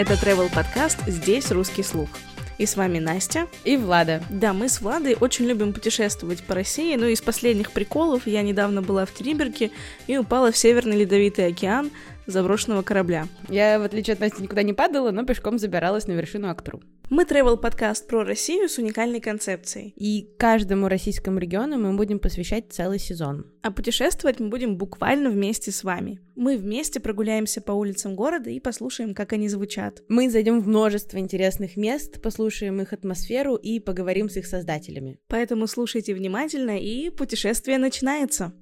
Это travel подкаст «Здесь русский слух». И с вами Настя. И Влада. Да, мы с Владой очень любим путешествовать по России, но из последних приколов я недавно была в Териберке и упала в Северный Ледовитый океан с заброшенного корабля. Я, в отличие от Насти, никуда не падала, но пешком забиралась на вершину Актру. Мы travel-подкаст про Россию с уникальной концепцией. И каждому российскому региону мы будем посвящать целый сезон. А путешествовать мы будем буквально вместе с вами. Мы вместе прогуляемся по улицам города и послушаем, как они звучат. Мы зайдем в множество интересных мест, послушаем их атмосферу и поговорим с их создателями. Поэтому слушайте внимательно, и путешествие начинается.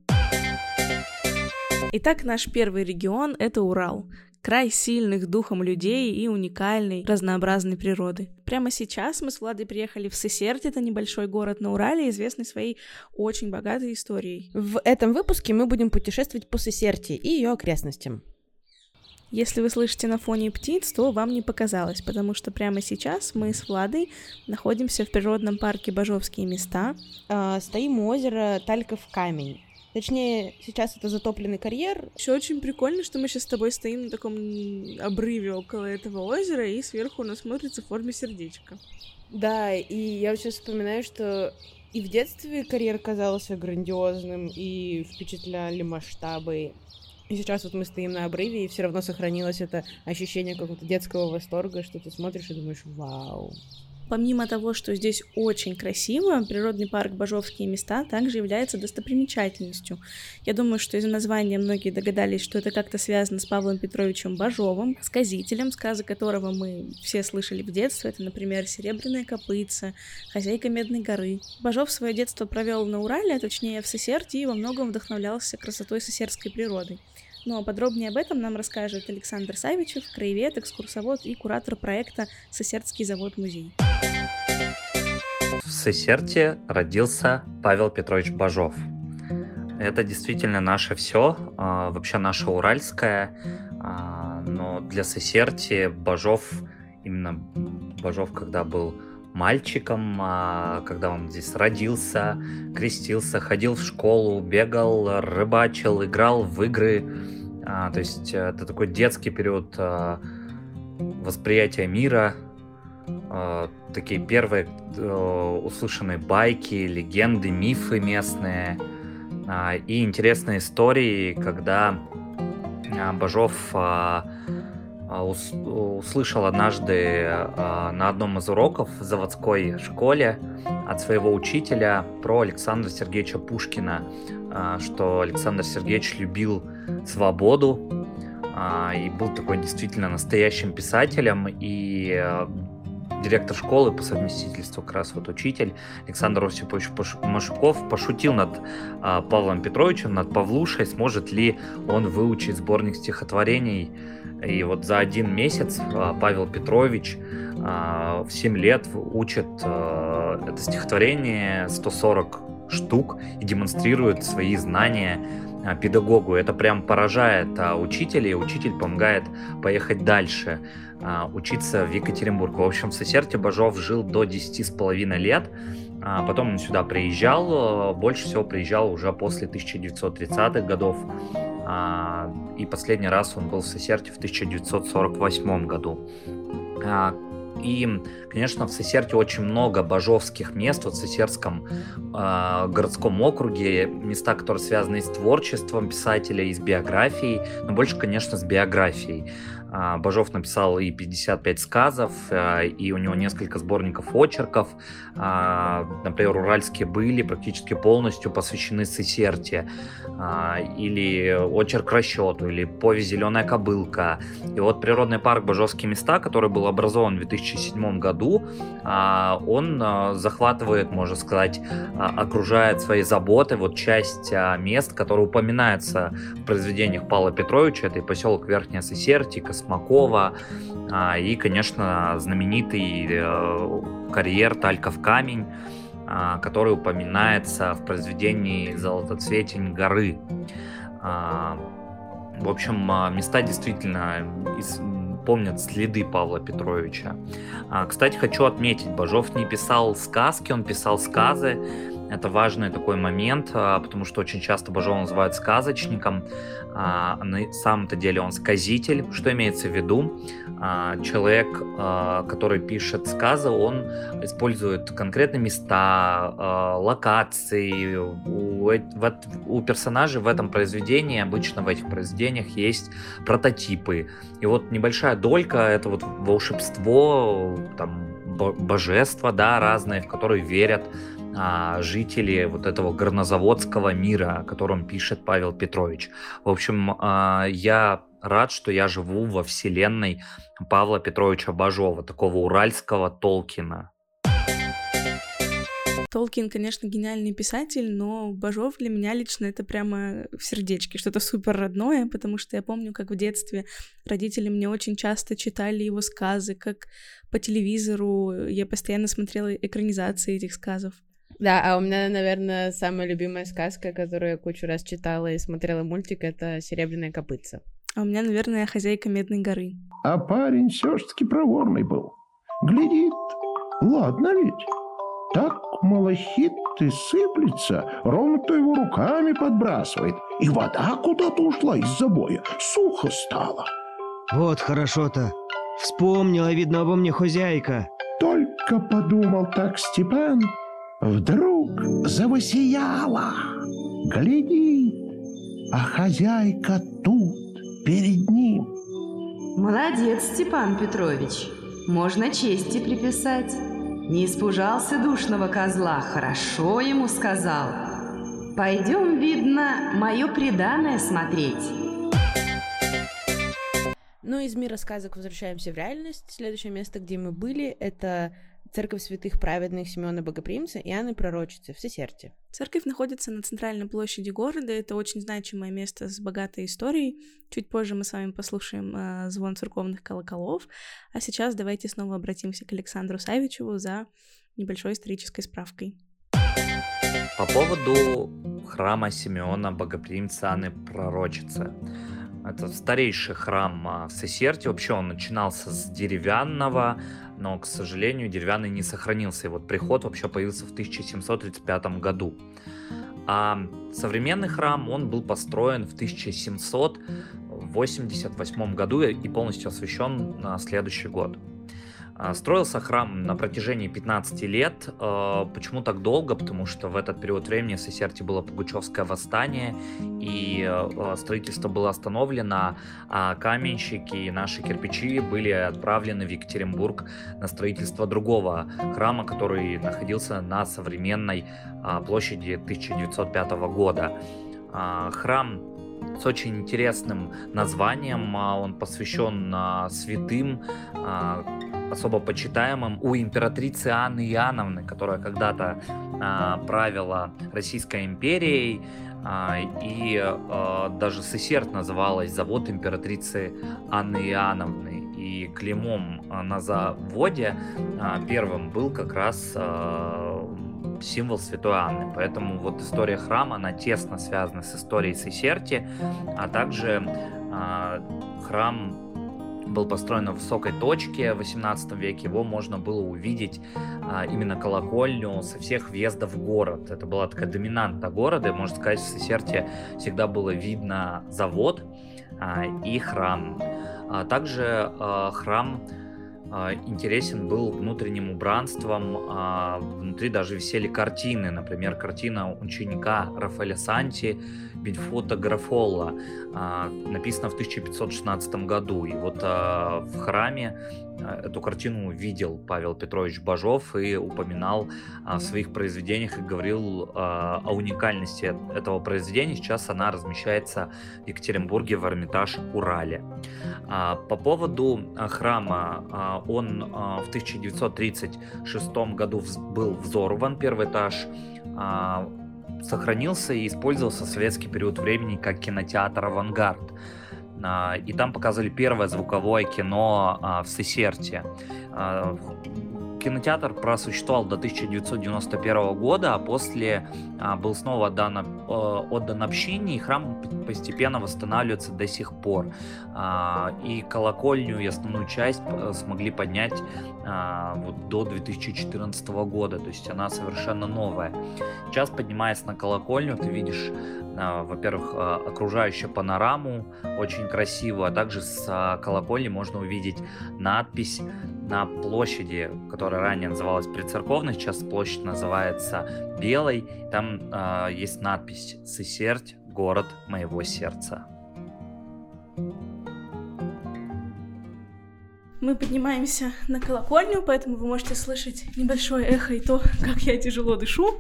Итак, наш первый регион — это Урал. Край сильных духом людей и уникальной, разнообразной природы. Прямо сейчас мы с Владой приехали в Сысерть, это небольшой город на Урале, известный своей очень богатой историей. В этом выпуске мы будем путешествовать по Сысерти и ее окрестностям. Если вы слышите на фоне птиц, то вам не показалось, потому что прямо сейчас мы с Владой находимся в природном парке Бажовские места. Стоим у озера Тальков камень. Точнее, сейчас это затопленный карьер. Еще очень прикольно, что мы сейчас с тобой стоим на таком обрыве около этого озера, и сверху оно смотрится в форме сердечка. Да, и я вот сейчас вспоминаю, что и в детстве карьер казался грандиозным, и впечатляли масштабы. И сейчас вот мы стоим на обрыве, и все равно сохранилось это ощущение какого-то детского восторга, что ты смотришь и думаешь: вау. Помимо того, что здесь очень красиво, природный парк Бажовские места также является достопримечательностью. Я думаю, что из названия многие догадались, что это как-то связано с Павлом Петровичем Бажовым, сказителем, сказы которого мы все слышали в детстве. Это, например, «Серебряное копытце», «Хозяйка Медной горы». Бажов свое детство провел на Урале, а точнее в Сысерти, и во многом вдохновлялся красотой сысертской природы. Ну а подробнее об этом нам расскажет Александр Савичев, краевед, экскурсовод и куратор проекта «Сысертский завод-музей». В Сысерти родился Павел Петрович Бажов. Это действительно наше все, вообще наше уральское, но для Сысерти Бажов, именно Бажов, когда был мальчиком, когда он здесь родился, крестился, ходил в школу, бегал, рыбачил, играл в игры. То есть это такой детский период восприятия мира, такие первые услышанные байки, легенды, мифы местные и интересные истории, когда Бажов услышал однажды на одном из уроков в заводской школе от своего учителя про Александра Сергеевича Пушкина, что Александр Сергеевич любил свободу и был такой действительно настоящим писателем, и директор школы по совместительству, как раз вот учитель, Александр Осипович Машуков, пошутил над Павлом Петровичем, над Павлушей, сможет ли он выучить сборник стихотворений. И вот за 1 месяц Павел Петрович в 7 лет учит это стихотворение 140 штук и демонстрирует свои знания педагогу. Это прям поражает учителя, и учитель помогает поехать дальше, учиться в Екатеринбург. В общем, в Сысерти Бажов жил до 10,5 лет. Потом он сюда приезжал, больше всего приезжал уже после 1930-х годов. И последний раз он был в Сысерти в 1948 году. И, конечно, в Сысерти очень много бажовских мест, вот в Сысертском городском округе, места, которые связаны и с творчеством писателя, и с биографией, но больше, конечно, с биографией. Бажов написал и 55 сказов, и у него несколько сборников очерков. Например, «Уральские были» практически полностью посвящены Сысерти. Или очерк «Расчету», или повесть «Зеленая кобылка». И вот природный парк Бажовские места, который был образован в 2007 году, он захватывает, можно сказать, окружает своей заботой вот часть мест, которые упоминаются в произведениях Павла Петровича. Это и поселок Верхняя Сысерть, Космакова, и, конечно, знаменитый карьер Тальков камень, который упоминается в произведении «Золотоцветень горы». В общем, места действительно помнят следы Павла Петровича. Кстати, хочу отметить, Бажов не писал сказки, он писал сказы. Это важный такой момент, потому что очень часто Бажова называют сказочником, на самом-то деле он сказитель. Что имеется в виду? Человек, который пишет сказы, он использует конкретные места, локации. У персонажей в этом произведении, обычно в этих произведениях, есть прототипы. И вот небольшая долька — это вот волшебство, там, божества, да, разные, в которые верят жители вот этого горнозаводского мира, о котором пишет Павел Петрович. В общем, я рад, что я живу во вселенной Павла Петровича Бажова, такого уральского Толкина. Толкин, конечно, гениальный писатель, но Бажов для меня лично это прямо в сердечке, что-то супер родное, потому что я помню, как в детстве родители мне очень часто читали его сказы, как по телевизору я постоянно смотрела экранизации этих сказов. Да, а у меня, наверное, самая любимая сказка, которую я кучу раз читала и смотрела мультик, это «Серебряное копытце». А у меня, наверное, «Хозяйка Медной горы». А парень все-таки проворный был. Глядит, ладно ведь. Так малахит и сыплется, ровно кто его руками подбрасывает. И вода куда-то ушла из забоя, сухо стало. Вот хорошо-то. Вспомнила, видно, обо мне хозяйка. Только подумал так Степан, вдруг завосияла. Глядит, а хозяйка тут, перед ним. Молодец, Степан Петрович. Можно чести приписать. Не испужался душного козла, хорошо ему сказал. Пойдем, видно, мое преданное смотреть. Ну, из мира сказок возвращаемся в реальность. Следующее место, где мы были, это церковь святых праведных Симеона Богоприимца и Анны Пророчицы в Сесерте. Церковь находится на центральной площади города. Это очень значимое место с богатой историей. Чуть позже мы с вами послушаем звон церковных колоколов. А сейчас давайте снова обратимся к Александру Савичеву за небольшой исторической справкой. По поводу храма Симеона Богоприимца Анны Пророчицы. Это старейший храм в Сесерте. Вообще он начинался с деревянного, но, к сожалению, деревянный не сохранился. И вот приход вообще появился в 1735 году. А современный храм, он был построен в 1788 году и полностью освящен на следующий год. Строился храм на протяжении 15 лет. Почему так долго? Потому что в этот период времени в Сесерте было Пугачевское восстание, и строительство было остановлено, а каменщики и наши кирпичи были отправлены в Екатеринбург на строительство другого храма, который находился на современной площади 1905 года. Храм с очень интересным названием, он посвящен святым, особо почитаемым у императрицы Анны Иоанновны, которая когда-то правила Российской империей, и даже Сесерт называлась завод императрицы Анны Иоанновны. И клеймом на заводе первым был как раз символ Святой Анны. Поэтому вот история храма, она тесно связана с историей Сесерти, а также храм был построен на высокой точке в 18 веке. Его можно было увидеть, именно колокольню, со всех въездов в город. Это была такая доминанта города, и, можно сказать, в Сесерте всегда было видно завод и храм. Также храм интересен был внутренним убранством, внутри даже висели картины, например, картина ученика Рафаэля Санти «Бенфото Графолла», написана в 1516 году. И вот в храме эту картину видел Павел Петрович Бажов и упоминал в своих произведениях и говорил о уникальности этого произведения. Сейчас она размещается в Екатеринбурге в Эрмитаж-Урале. По поводу храма, он в 1936 году был взорван, первый этаж, сохранился и использовался в советский период времени как кинотеатр «Авангард». И там показывали первое звуковое кино в Сесерте. Кинотеатр просуществовал до 1991 года, а после был снова отдан общине, и храм постепенно восстанавливается до сих пор. И колокольню, и основную часть смогли поднять вот до 2014 года, то есть она совершенно новая. Сейчас, поднимаясь на колокольню, ты видишь, во-первых, окружающую панораму, очень красивую, а также с колокольни можно увидеть надпись на площади, которая ранее называлась Прицерковной, сейчас площадь называется Белой. Там есть надпись «Сысерть, город моего сердца». Мы поднимаемся на колокольню, поэтому вы можете слышать небольшое эхо и то, как я тяжело дышу.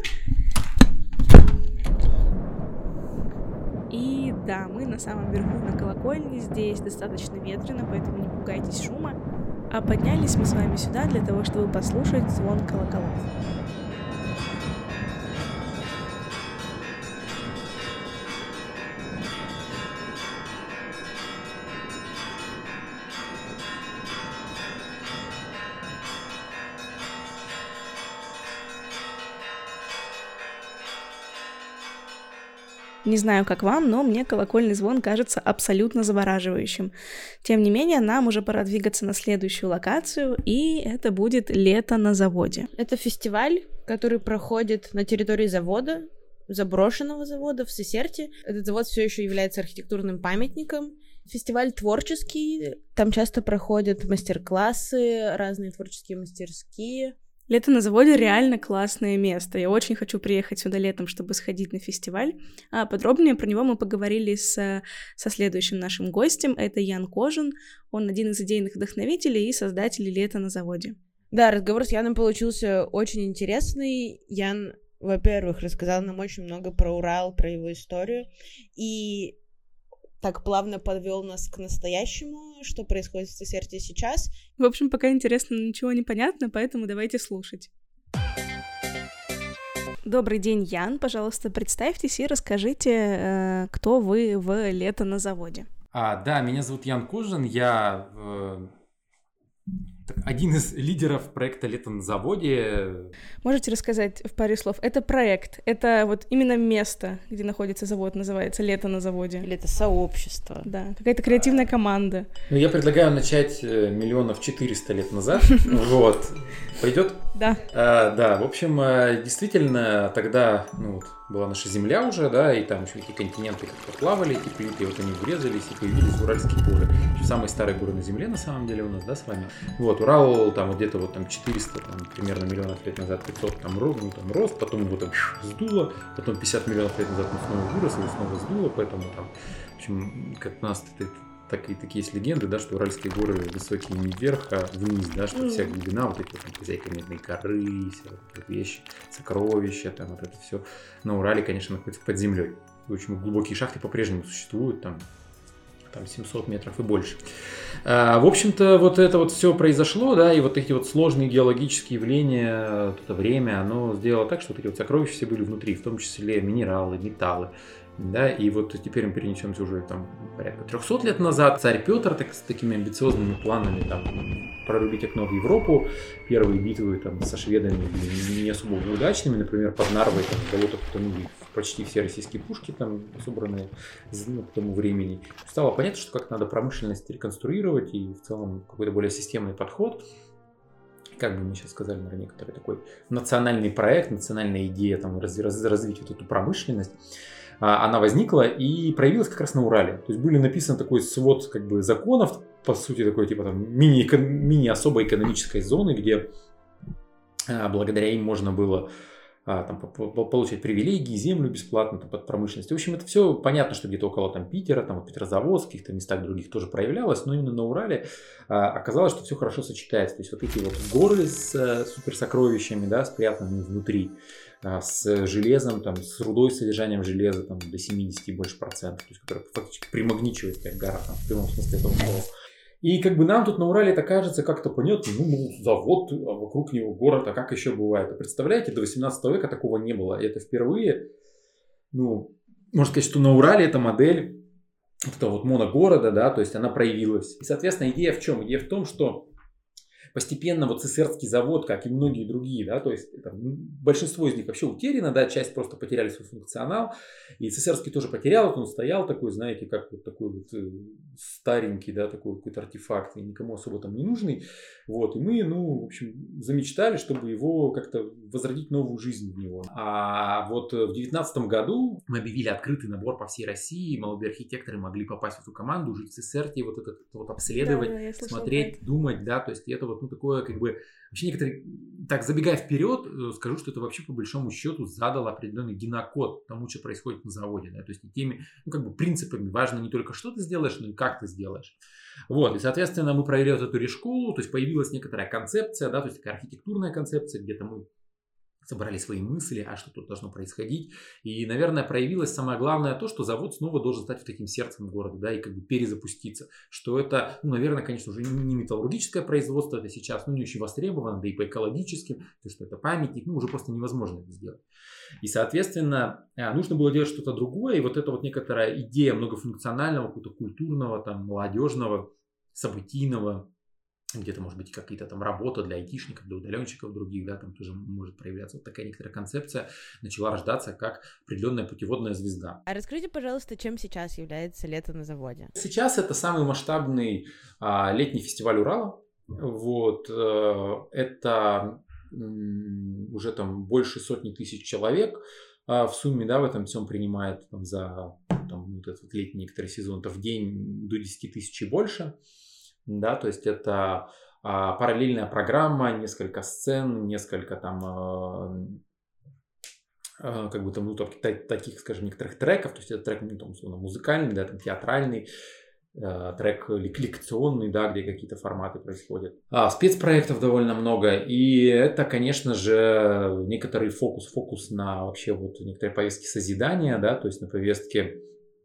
И да, мы на самом верху на колокольне, здесь достаточно ветрено, поэтому не пугайтесь шума. А поднялись мы с вами сюда для того, чтобы послушать звон колоколов. Не знаю, как вам, но мне колокольный звон кажется абсолютно завораживающим. Тем не менее, нам уже пора двигаться на следующую локацию, и это будет «Лето на заводе». Это фестиваль, который проходит на территории завода, заброшенного завода в Сысерти. Этот завод все еще является архитектурным памятником. Фестиваль творческий, там часто проходят мастер-классы, разные творческие мастерские. «Лето на заводе» реально классное место. Я очень хочу приехать сюда летом, чтобы сходить на фестиваль. А подробнее про него мы поговорили со следующим нашим гостем. Это Ян Кожин. Он один из идейных вдохновителей и создателей «Лета на заводе». Да, разговор с Яном получился очень интересный. Ян, во-первых, рассказал нам очень много про Урал, про его историю. И так плавно подвел нас к настоящему, что происходит в Сысерти сейчас. В общем, пока интересно, ничего не понятно, поэтому давайте слушать. Добрый день, Ян. Пожалуйста, представьтесь и расскажите, кто вы в «Лето на заводе». Да, меня зовут Ян Кожин, я один из лидеров проекта «Лето на заводе». Можете рассказать в паре слов? Это проект, это вот именно место, где находится завод, называется «Лето на заводе». Или это сообщество. Да, какая-то креативная команда. Ну, я предлагаю начать 400 миллионов лет назад. Вот. Пойдет? Да. Да, в общем, действительно, тогда, была наша Земля уже, да, и там еще эти континенты как-то плавали, эти плиты, вот они врезались, и появились Уральские горы. Самые старые горы на Земле, на самом деле, у нас, да, с вами. Вот, Урал, там, где-то вот там 400, там, примерно миллионов лет назад, 500, там, рос, потом его там сдуло, потом 50 миллионов лет назад он снова вырос, его снова сдуло, поэтому там, в общем, как у нас такие есть легенды, да, что Уральские горы высокие не вверх, а вниз, да, что вся глубина, вот эти вот хозяйка Медной горы, все вот эти вещи, сокровища, там вот это все на Урале, конечно, находится под землей. Очень глубокие шахты по-прежнему существуют, там 700 метров и больше. В общем-то, вот это вот все произошло, да, и вот эти вот сложные геологические явления, вот это время, оно сделало так, что вот эти вот сокровища все были внутри, в том числе минералы, металлы. Да, и вот теперь мы перенесемся уже там порядка 300 лет назад. Царь Петр с такими амбициозными планами там прорубить окно в Европу. Первые битвы там со шведами были не особо удачными. Например, под Нарвой там в болотах потонули почти все российские пушки, там собранные к тому времени. Стало понятно, что как надо промышленность реконструировать и в целом какой-то более системный подход. Как бы мы сейчас сказали, наверное, некоторый такой национальный проект, национальная идея там, развить вот эту промышленность. Она возникла и проявилась как раз на Урале. То есть были написан такой свод как бы законов, по сути такой типа там мини-особой экономической зоны, где благодаря им можно было там, получать привилегии, землю бесплатно там, под промышленность. В общем, это все понятно, что где-то около там, Питера, там, Петрозаводск, в каких-то местах других тоже проявлялось, но именно на Урале оказалось, что все хорошо сочетается. То есть вот эти вот горы с суперсокровищами, да, спрятанными внутри, с железом, там, с рудой, с содержанием железа там, до 70 и больше процентов, то есть, которая фактически примагничивает как гора, там, в прямом смысле этого слова. И как бы нам тут на Урале это кажется как-то понятно, завод, а вокруг него город, а как еще бывает? А представляете, до 18 века такого не было. И это впервые, можно сказать, что на Урале эта модель, вот эта вот моногорода, да, то есть она проявилась. И, соответственно, идея в чем? Идея в том, что Постепенно вот Цисердский завод, как и многие другие, да, то есть там, большинство из них вообще утеряно, да, часть просто потеряли свой функционал, и Цисердский тоже потерял, он стоял такой, знаете, как вот такой вот старенький, да, такой какой-то артефакт, и никому особо там не нужный, вот, и мы, в общем, замечтали, чтобы его как-то возродить новую жизнь в него. А вот в 2019 году мы объявили открытый набор по всей России, молодые архитекторы могли попасть в эту команду, жить в Цисердии, вот это вот обследовать, да, смотреть, думать, да, то есть это вот такое как бы вообще некоторые, так забегая вперед, скажу, что это вообще по большому счету задало определенный генокод тому, что происходит на заводе, да, то есть и теми, как бы принципами важно не только что ты сделаешь, но и как ты сделаешь. Вот, и соответственно мы провели вот эту решколу, то есть появилась некоторая концепция, да, то есть такая архитектурная концепция, где-то мы собрали свои мысли, а что тут должно происходить. И, наверное, проявилось самое главное то, что завод снова должен стать вот таким сердцем города, да, и как бы перезапуститься. Что это, наверное, конечно, уже не металлургическое производство, это сейчас, не очень востребовано, да и по экологическим, то, что это памятник, уже просто невозможно это сделать. И, соответственно, нужно было делать что-то другое, и вот эта вот некоторая идея многофункционального, какого-то культурного, там, молодежного, событийного, где-то, может быть, какие-то там работа для айтишников, для удаленщиков других, да, там тоже может проявляться. Вот такая некоторая концепция начала рождаться как определенная путеводная звезда. А расскажите, пожалуйста, чем сейчас является лето на заводе? Сейчас это самый масштабный летний фестиваль Урала. Вот, это уже там больше сотни тысяч человек в сумме, да, в этом всем принимает там, за вот этот летний некоторый сезон, это в день до 10 тысяч и больше. Да, то есть это параллельная программа, несколько сцен, несколько там как бы там таких, скажем, некоторых треков, то есть это трек там, условно, музыкальный, да, там театральный, трек лекционный, да, где какие-то форматы происходят. Спецпроектов довольно много, и это, конечно же, некоторый фокус на вообще вот некоторые повестки созидания, да, то есть на повестке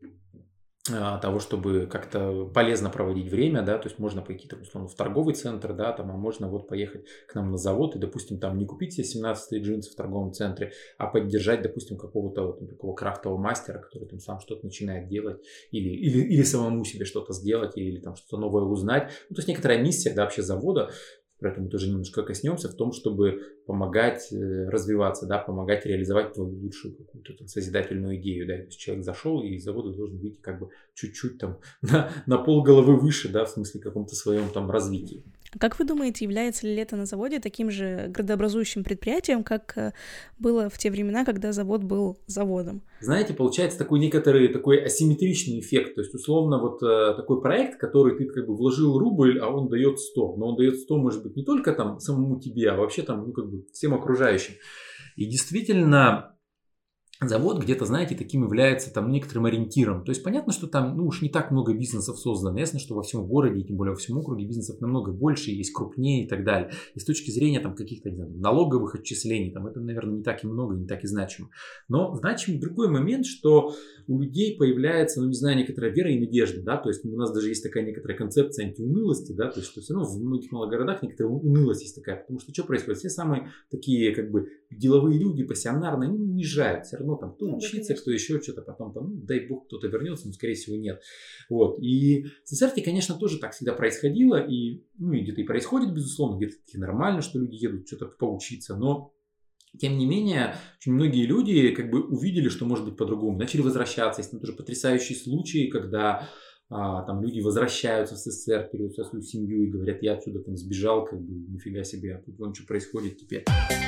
того, чтобы как-то полезно проводить время, да, то есть можно пойти там, условно, в торговый центр, да, там, а можно вот поехать к нам на завод и, допустим, там не купить себе 17-е джинсы в торговом центре, а поддержать, допустим, какого-то вот такого крафтового мастера, который там сам что-то начинает делать, или самому себе что-то сделать, или там что-то новое узнать. Ну, то есть некоторая миссия, да, вообще завода, поэтому тоже немножко коснемся в том, чтобы помогать развиваться, да, помогать реализовать твою лучшую какую-то там созидательную идею, да, то есть человек зашел и из завода должен выйти как бы чуть-чуть там на полголовы выше, да, в смысле каком-то своем там развитии. Как вы думаете, является ли лето на заводе таким же градообразующим предприятием, как было в те времена, когда завод был заводом? Знаете, получается такой асимметричный эффект. То есть, условно, вот такой проект, который ты как бы вложил рубль, а он дает 100. Но он дает 100, может быть, не только там самому тебе, а вообще там, как бы всем окружающим. И действительно, завод где-то, знаете, таким является там некоторым ориентиром. То есть понятно, что там, уж не так много бизнесов создано. Ясно, что во всем городе, и тем более во всем округе бизнесов намного больше, есть крупнее и так далее. И с точки зрения там каких-то, не знаю, налоговых отчислений, там это, наверное, не так и много, не так и значимо. Но значим другой момент, что у людей появляется, не знаю, некоторая вера и надежда, да, то есть у нас даже есть такая некоторая концепция антиунылости, да, то есть что все равно в многих малых городах некоторая унылость есть такая, потому что что происходит? Все самые такие, как бы, деловые люди, пассионарные, они уезжают, все равно там кто учиться, кто еще что-то, потом там, дай бог, кто-то вернется, но скорее всего нет. Вот. И в Цисердии, конечно, тоже так всегда происходило, и, и где-то и происходит, безусловно, где-то нормально, что люди едут что-то поучиться, но тем не менее, очень многие люди как бы увидели, что может быть по-другому, начали возвращаться. Есть там тоже потрясающие случаи, когда там люди возвращаются в СССР, переводят свою семью и говорят, я отсюда там сбежал, как бы нифига себе, а тут вон что происходит теперь.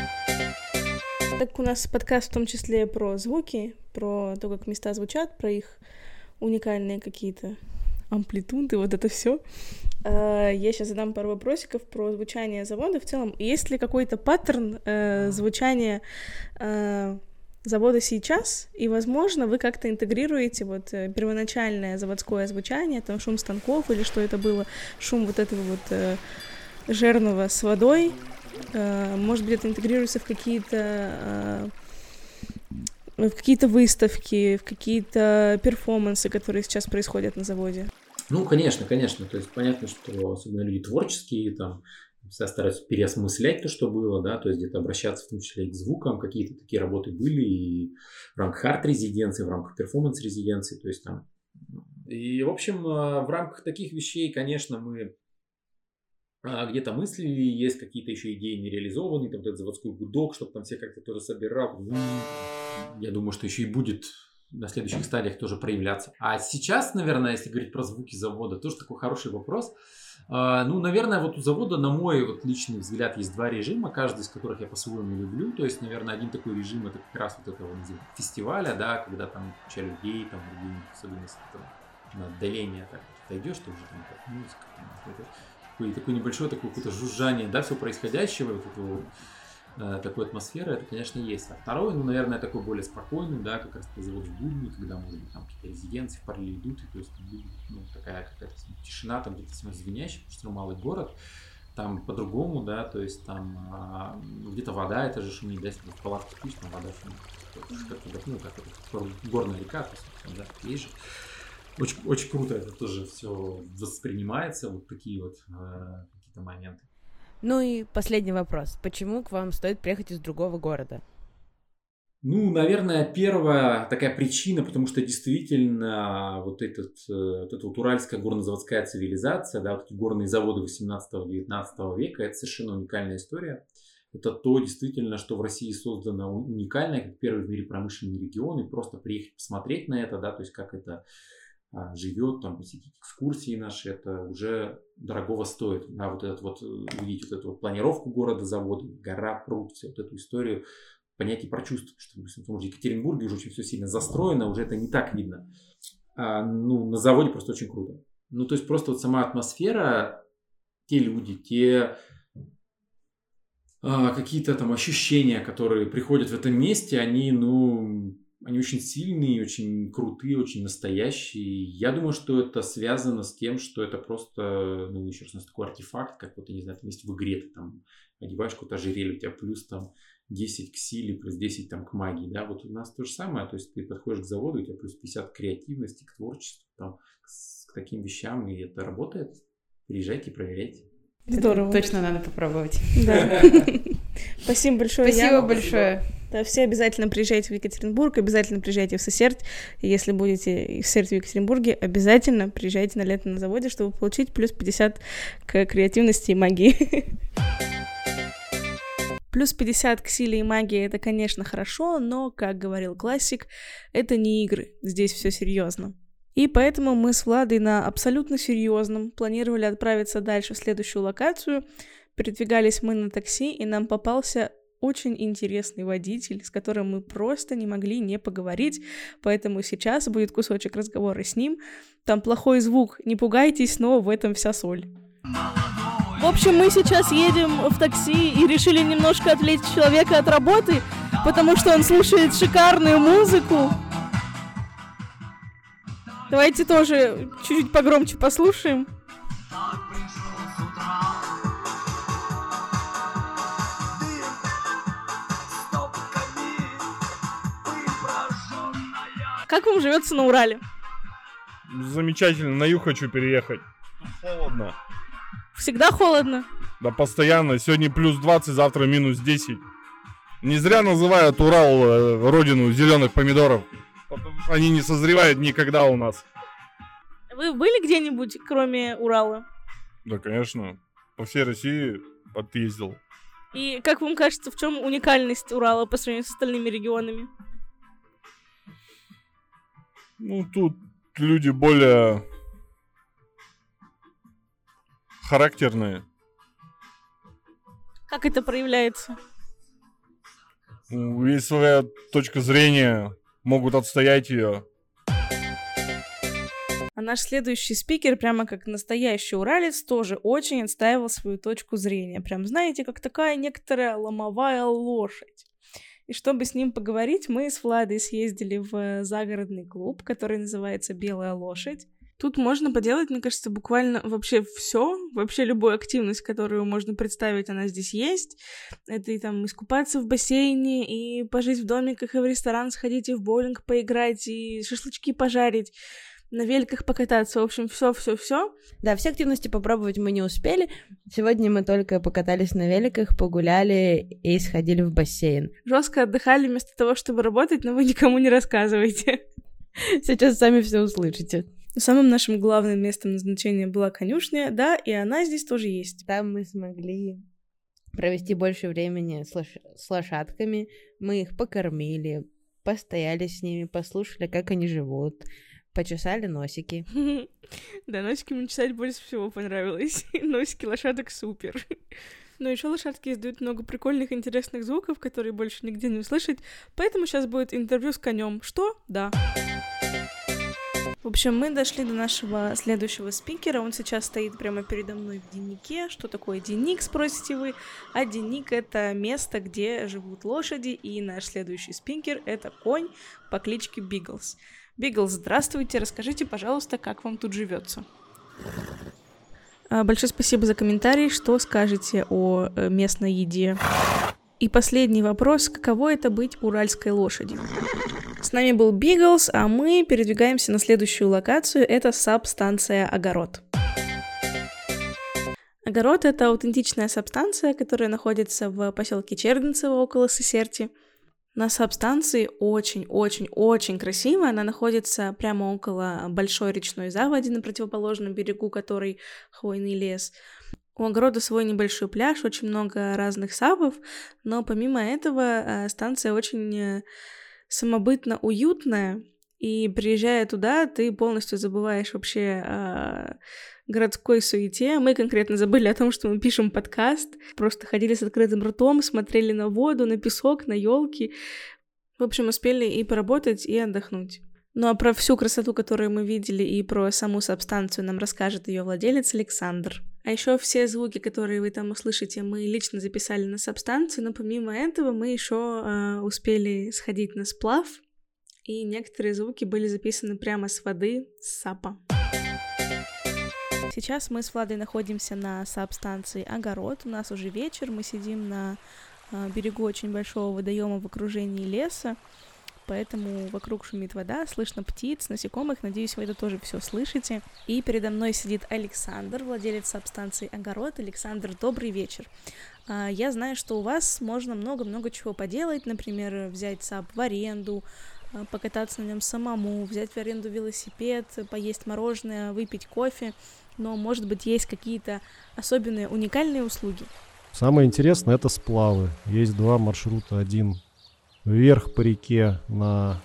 Так у нас подкаст в том числе про звуки, про то, как места звучат, про их уникальные какие-то амплитуды, вот это все. Я сейчас задам пару вопросиков про звучание завода в целом. Есть ли какой-то паттерн звучания завода сейчас? И, возможно, вы как-то интегрируете вот первоначальное заводское звучание, там шум станков или что это было, шум вот этого вот жернова с водой. Может быть, это интегрируется в какие-то выставки, в какие-то перформансы, которые сейчас происходят на заводе? Ну, конечно. То есть понятно, что особенно люди творческие там всегда стараются переосмыслять то, что было, да, то есть где-то обращаться в том числе и к звукам. Какие-то такие работы были и в рамках арт-резиденции, в рамках перформанс-резиденции, то есть там. И, в общем, в рамках таких вещей, конечно, мы где-то мысли, есть какие-то еще идеи нереализованные, там вот этот заводской гудок, чтобы там все как-то тоже собирал. Я думаю, что еще и будет на следующих стадиях тоже проявляться. А сейчас, наверное, если говорить про звуки завода, тоже такой хороший вопрос. Ну, наверное, вот у завода, на мой вот личный взгляд, есть два режима, каждый из которых я по-своему люблю. То есть, наверное, один такой режим, это как раз вот этого фестиваля, да, когда там куча людей, там, особенно если там на отдаление так отойдешь, то уже там как музыка, там, такое небольшое такое какое-то жужжание, да, всего происходящего, вот этого такой атмосферы, это, конечно, есть. А второй, ну, наверное, такой более спокойный, да, как раз завод в будни, когда, может быть, там какие-то резиденции в параллели идут, и то есть, ну, такая какая-то тишина, там где-то звенящая, потому что малый город, там по-другому, да, то есть там где-то вода, это же шумит, да, если в палатке спишь, там вода шумит, ну, как это, горная река, то есть, да, есть же. Очень, очень круто это тоже все воспринимается, вот такие вот какие-то моменты. Ну и последний вопрос. Почему к вам стоит приехать из другого города? Ну, наверное, первая такая причина, потому что действительно вот эта вот уральская горнозаводская цивилизация, да, вот эти горные заводы 18-19 века, это совершенно уникальная история. Это то действительно, что в России создано уникальное, как первый в мире промышленный регион, и просто приехать посмотреть на это, да, то есть как это живет, там, посетить экскурсии наши, это уже дорогого стоит. Да, вот этот вот, увидеть вот эту вот планировку города, завода, гора, пруд, всю вот эту историю, понять и прочувствовать, что, допустим, в Екатеринбурге уже очень все сильно застроено, уже это не так видно. Ну, на заводе просто очень круто. Ну, то есть просто вот сама атмосфера, те люди, те какие-то там ощущения, которые приходят в этом месте, они, ну, они очень сильные, очень крутые, очень настоящие. Я думаю, что это связано с тем, что это просто, ну, еще раз, такой артефакт, как вот, я не знаю, там есть в игре, ты там одеваешь какое-то ожерелье, у тебя плюс там 10 к силе, плюс 10 там к магии, да, вот у нас то же самое, то есть ты подходишь к заводу, у тебя плюс 50 к креативности, к творчеству, там, к таким вещам, и это работает. Приезжайте, проверяйте. Здорово. Точно надо попробовать. Да. Спасибо большое. Спасибо большое. Да, все обязательно приезжайте в Екатеринбург, обязательно приезжайте в Сысерть. И если будете в Сысерти в Екатеринбурге, обязательно приезжайте на лето на заводе, чтобы получить плюс 50 к креативности и магии. Плюс 50 к силе и магии — это, конечно, хорошо, но, как говорил классик, это не игры, здесь все серьезно. И поэтому мы с Владой на абсолютно серьезном планировали отправиться дальше в следующую локацию. Передвигались мы на такси, и нам попался очень интересный водитель, с которым мы просто не могли не поговорить, поэтому сейчас будет кусочек разговора с ним. Там плохой звук, не пугайтесь, но в этом вся соль. В общем, мы сейчас едем в такси и решили немножко отвлечь человека от работы, потому что он слушает шикарную музыку. Давайте тоже чуть-чуть погромче послушаем. Как вам живется на Урале? Замечательно, на юг хочу переехать. Холодно. Всегда холодно? Да постоянно. Сегодня плюс 20, завтра минус 10. Не зря называют Урал родину зеленых помидоров. Потому что они не созревают никогда у нас. Вы были где-нибудь, кроме Урала? Да, конечно. По всей России отъездил. И как вам кажется, в чем уникальность Урала по сравнению с остальными регионами? Ну, тут люди более характерные. Как это проявляется? Есть своя точка зрения, могут отстоять ее. А наш следующий спикер, прямо как настоящий уралец, тоже очень отстаивал свою точку зрения. Прям, знаете, как такая некоторая ломовая лошадь. И чтобы с ним поговорить, мы с Владой съездили в загородный клуб, который называется «Белая лошадь». Тут можно поделать, мне кажется, буквально вообще все, вообще любую активность, которую можно представить, она здесь есть. Это и там искупаться в бассейне, и пожить в домиках, и в ресторан сходить, и в боулинг поиграть, и шашлычки пожарить, на великах покататься, в общем, все. Да, все активности попробовать мы не успели. Сегодня мы только покатались на великах, погуляли и сходили в бассейн. Жестко отдыхали вместо того, чтобы работать, но вы никому не рассказываете. Сейчас сами все услышите. Самым нашим главным местом назначения была конюшня, да, и она здесь тоже есть. Там мы смогли провести больше времени с лошадками. Мы их покормили, постояли с ними, послушали, как они живут, почесали носики. Да, носики мне чесать больше всего понравилось. Носики лошадок супер. Но еще лошадки издают много прикольных, интересных звуков, которые больше нигде не услышать. Поэтому сейчас будет интервью с конем. Что? Да. В общем, мы дошли до нашего следующего спикера. Он сейчас стоит прямо передо мной в дневнике. Что такое дневник, спросите вы? А дневник — это место, где живут лошади. И наш следующий спикер — это конь по кличке Биглс. Биглс, здравствуйте. Расскажите, пожалуйста, как вам тут живется. Большое спасибо за комментарий. Что скажете о местной еде? И последний вопрос. Каково это быть уральской лошадью? С нами был Биглс, а мы передвигаемся на следующую локацию. Это саб-станция Огород. Огород — это аутентичная саб-станция, которая находится в поселке Черденцево около Сысерти. На саб-станции очень-очень-очень красиво. Она находится прямо около большой речной заводи, на противоположном берегу которой хвойный лес. У Огорода свой небольшой пляж, очень много разных сабов, но помимо этого станция очень самобытно уютная, и приезжая туда, ты полностью забываешь вообще о городской суете. Мы конкретно забыли о том, что мы пишем подкаст, просто ходили с открытым ртом, смотрели на воду, на песок, на елки. В общем, успели и поработать, и отдохнуть. Ну а про всю красоту, которую мы видели, и про саму сабстанцию нам расскажет ее владелец Александр. А еще все звуки, которые вы там услышите, мы лично записали на сабстанцию, но помимо этого мы еще успели сходить на сплав, и некоторые звуки были записаны прямо с воды, с сапа. Сейчас мы с Владой находимся на сабстанции Огород. У нас уже вечер, мы сидим на берегу очень большого водоема в окружении леса, поэтому вокруг шумит вода, слышно птиц, насекомых. Надеюсь, вы это тоже все слышите. И передо мной сидит Александр, владелец сабстанции Огород. Александр, добрый вечер. Я знаю, что у вас можно много-много чего поделать, например, взять саб в аренду, покататься на нем самому, взять в аренду велосипед, поесть мороженое, выпить кофе. Но, может быть, есть какие-то особенные, уникальные услуги? Самое интересное — это сплавы. Есть два маршрута. Один вверх по реке на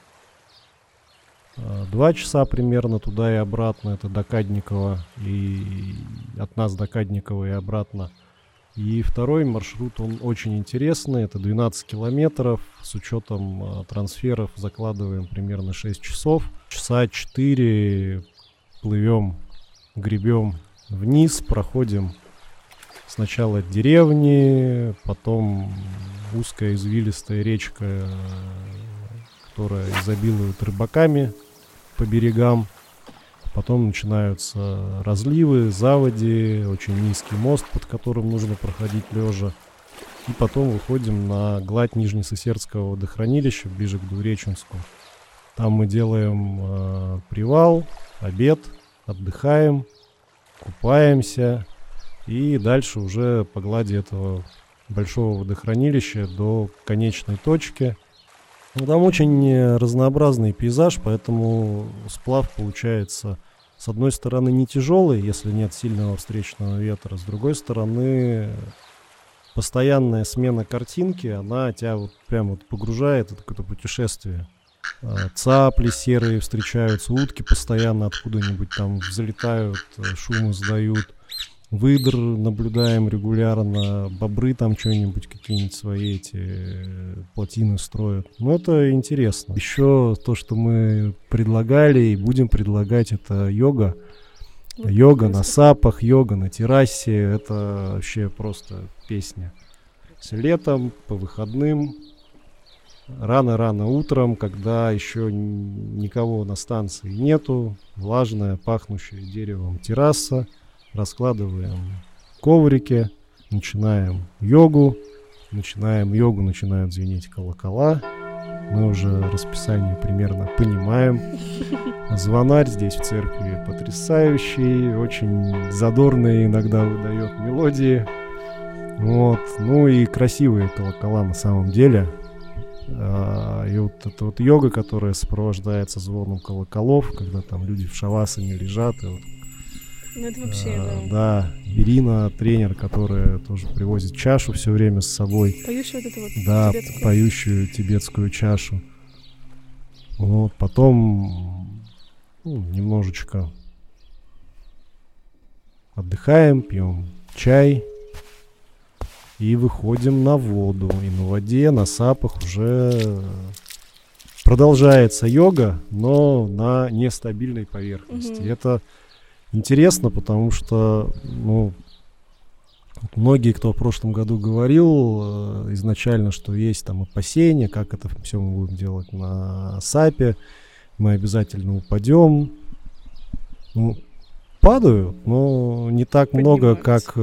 2 часа примерно туда и обратно. Это до Кадникова, и от нас до Кадникова и обратно. И второй маршрут, он очень интересный. Это 12 километров. С учетом трансферов закладываем примерно 6 часов. Часа 4 плывем, гребем вниз, проходим сначала деревни, потом узкая извилистая речка, которая изобилует рыбаками по берегам. Потом начинаются разливы, заводи, очень низкий мост, под которым нужно проходить лежа. И потом выходим на гладь Нижнесысердского водохранилища, ближе к Двуреченску. Там мы делаем привал, обед, отдыхаем, купаемся. И дальше уже по глади этого большого водохранилища до конечной точки. Там очень разнообразный пейзаж, поэтому сплав получается, с одной стороны, не тяжелый, если нет сильного встречного ветра, с другой стороны, постоянная смена картинки, она тебя вот прям вот погружает в какое-то путешествие. Цапли серые встречаются, утки постоянно откуда-нибудь там взлетают, шум издают. Выдр наблюдаем регулярно, бобры там что-нибудь, какие-нибудь свои эти плотины строят. Ну, это интересно. Еще то, что мы предлагали и будем предлагать, это йога. Йога на сапах, йога на террасе. Это вообще просто песня. С летом, по выходным, рано-рано утром, когда еще никого на станции нету, влажная, пахнущая деревом терраса. Раскладываем коврики, начинаем йогу, начинают звенеть колокола. Мы уже расписание примерно понимаем. Звонарь здесь в церкви потрясающий, очень задорный, иногда выдает мелодии. Вот. Ну и красивые колокола на самом деле. И вот эта вот йога, которая сопровождается звоном колоколов, когда там люди в шавасане лежат. И вот, ну это вообще, да. Ирина, тренер, которая тоже привозит чашу все время с собой. Поющую вот эту вот тибетскую. Поющую тибетскую чашу. Вот, потом немножечко отдыхаем, пьем чай и выходим на воду. И на воде, на сапах уже продолжается йога, но на нестабильной поверхности. Это интересно, потому что, многие, кто в прошлом году говорил изначально, что есть там опасения, как это все мы будем делать на сапе, мы обязательно упадем. Падают, но не так много, как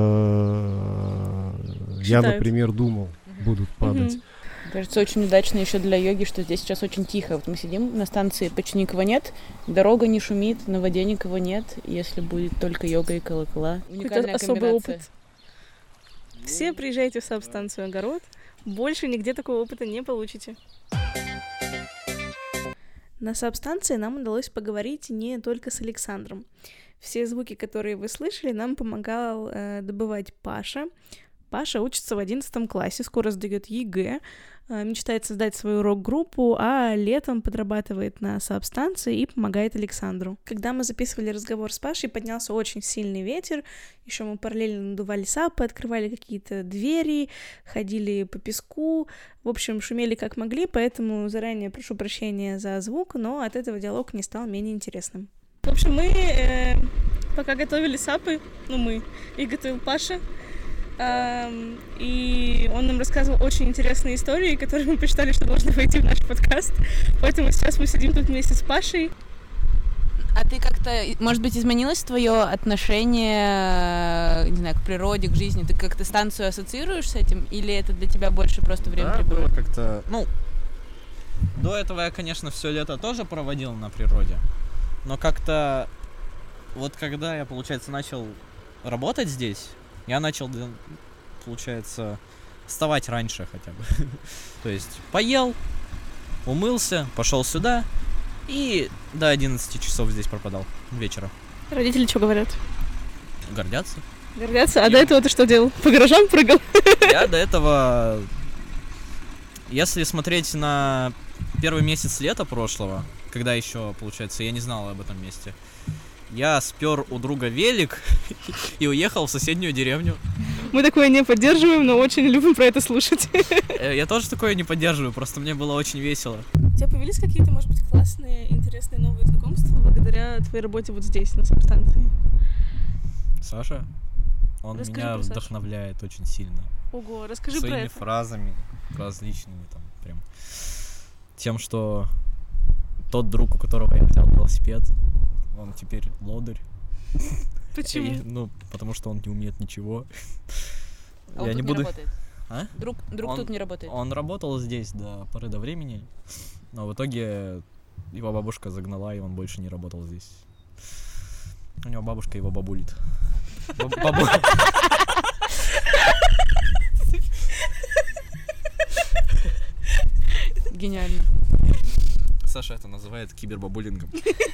я, например, думал, будут падать. Кажется, очень удачно еще для йоги, что здесь сейчас очень тихо. Вот мы сидим на станции, почти никого нет, дорога не шумит, на воде никого нет. Если будет только йога и колокола. Уникальная особый опыт. Все приезжайте в саб-станцию «Огород», больше нигде такого опыта не получите. На саб-станции нам удалось поговорить не только с Александром. Все звуки, которые вы слышали, нам помогал добывать Паша. Паша учится в 11 классе, скоро сдаёт ЕГЭ, мечтает создать свою рок-группу, а летом подрабатывает на саб-станции и помогает Александру. Когда мы записывали разговор с Пашей, поднялся очень сильный ветер, еще мы параллельно надували сапы, открывали какие-то двери, ходили по песку, в общем, шумели как могли, поэтому заранее прошу прощения за звук, но от этого диалог не стал менее интересным. В общем, мы пока готовили сапы, их готовил Паша, и он нам рассказывал очень интересные истории, которые мы посчитали, что должны войти в наш подкаст. Поэтому сейчас мы сидим тут вместе с Пашей. А ты как-то, может быть, изменилось твое отношение, не знаю, к природе, к жизни? Ты как-то станцию ассоциируешь с этим? Или это для тебя больше просто времяпрепровождение? Да, было как-то, до этого я, конечно, все лето тоже проводил на природе. Но как-то, вот когда я, получается, начал работать здесь, я начал, получается, вставать раньше хотя бы. То есть поел, умылся, пошел сюда и до 11 часов здесь пропадал вечера. Родители что говорят? Гордятся. Гордятся? А до этого ты что делал? По гаражам прыгал? Я до этого, если смотреть на первый месяц лета прошлого, когда еще, получается, я не знал об этом месте, я спер у друга велик и уехал в соседнюю деревню. Мы такое не поддерживаем, но очень любим про это слушать. Я тоже такое не поддерживаю, просто мне было очень весело. У тебя появились какие-то, может быть, классные, интересные новые знакомства благодаря твоей работе вот здесь, на сабстанции? Саша, он меня вдохновляет очень сильно. Ого, расскажи про это. Своими фразами различными там прям. Тем, что тот друг, у которого я взял велосипед, он теперь лодырь. Почему? Потому что он не умеет ничего. А он тут не работает? А? Друг тут не работает? Он работал здесь до поры до времени, но в итоге его бабушка загнала, и он больше не работал здесь. У него бабушка его бабулит. Гениально. Саша это называет кибербабулингом.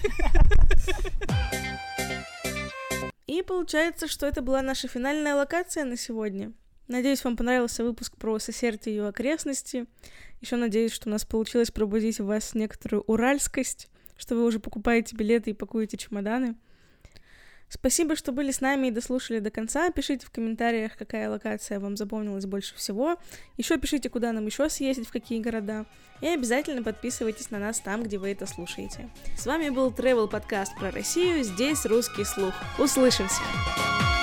И получается, что это была наша финальная локация на сегодня. Надеюсь, вам понравился выпуск про Сесерт и ее окрестности. Еще надеюсь, что у нас получилось пробудить в вас некоторую уральскость, что вы уже покупаете билеты и пакуете чемоданы. Спасибо, что были с нами и дослушали до конца. Пишите в комментариях, какая локация вам запомнилась больше всего. Еще пишите, куда нам еще съездить, в какие города. И обязательно подписывайтесь на нас там, где вы это слушаете. С вами был Travel подкаст про Россию. Здесь русский слух. Услышимся!